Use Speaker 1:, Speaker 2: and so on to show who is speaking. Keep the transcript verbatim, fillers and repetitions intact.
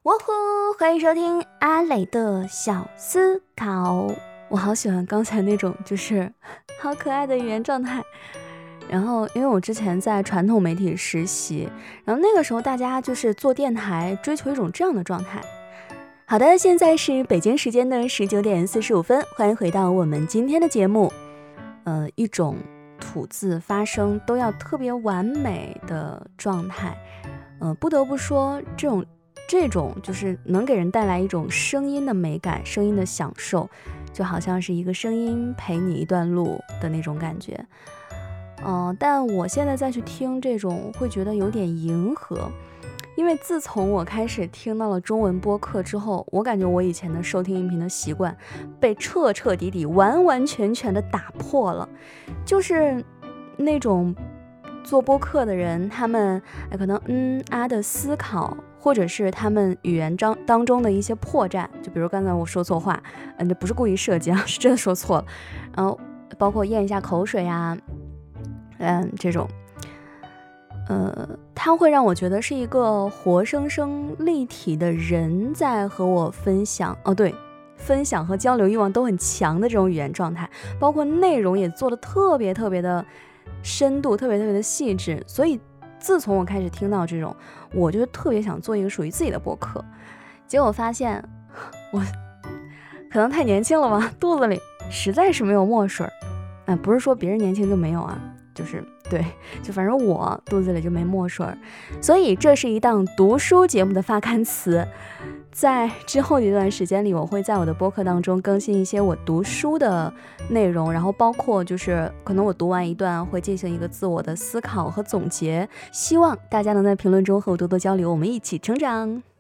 Speaker 1: 哇呼！欢迎收听阿磊的小思考。我好喜欢刚才那种就是好可爱的语言状态。然后因为我之前在传统媒体实习，然后那个时候大家就是做电台追求一种这样的状态。好的，现在是北京时间的十九点四十五分，欢迎回到我们今天的节目。呃，一种吐字发声都要特别完美的状态。呃，不得不说，这种这种就是能给人带来一种声音的美感，声音的享受，就好像是一个声音陪你一段路的那种感觉。嗯、呃，但我现在再去听这种，会觉得有点迎合。因为自从我开始听到了中文播客之后，我感觉我以前的收听音频的习惯被彻彻底底完完全全的打破了。就是那种做播客的人，他们可能嗯啊的思考，或者是他们语言当当中的一些破绽，就比如刚才我说错话，嗯，这不是故意设计啊，是真的说错了。然后包括咽一下口水啊，嗯，这种。呃，它会让我觉得是一个活生生立体的人在和我分享，哦对，分享和交流欲望都很强的这种语言状态，包括内容也做得特别特别的深度，特别特别的细致。所以自从我开始听到这种，我就特别想做一个属于自己的播客。结果发现我可能太年轻了吧，肚子里实在是没有墨水。哎、呃，不是说别人年轻就没有啊，就是对，就反正我肚子里就没墨水。所以这是一档读书节目的发刊词，在之后的一段时间里，我会在我的播客当中更新一些我读书的内容，然后包括就是可能我读完一段会进行一个自我的思考和总结，希望大家能在评论中和我多多交流，我们一起成长。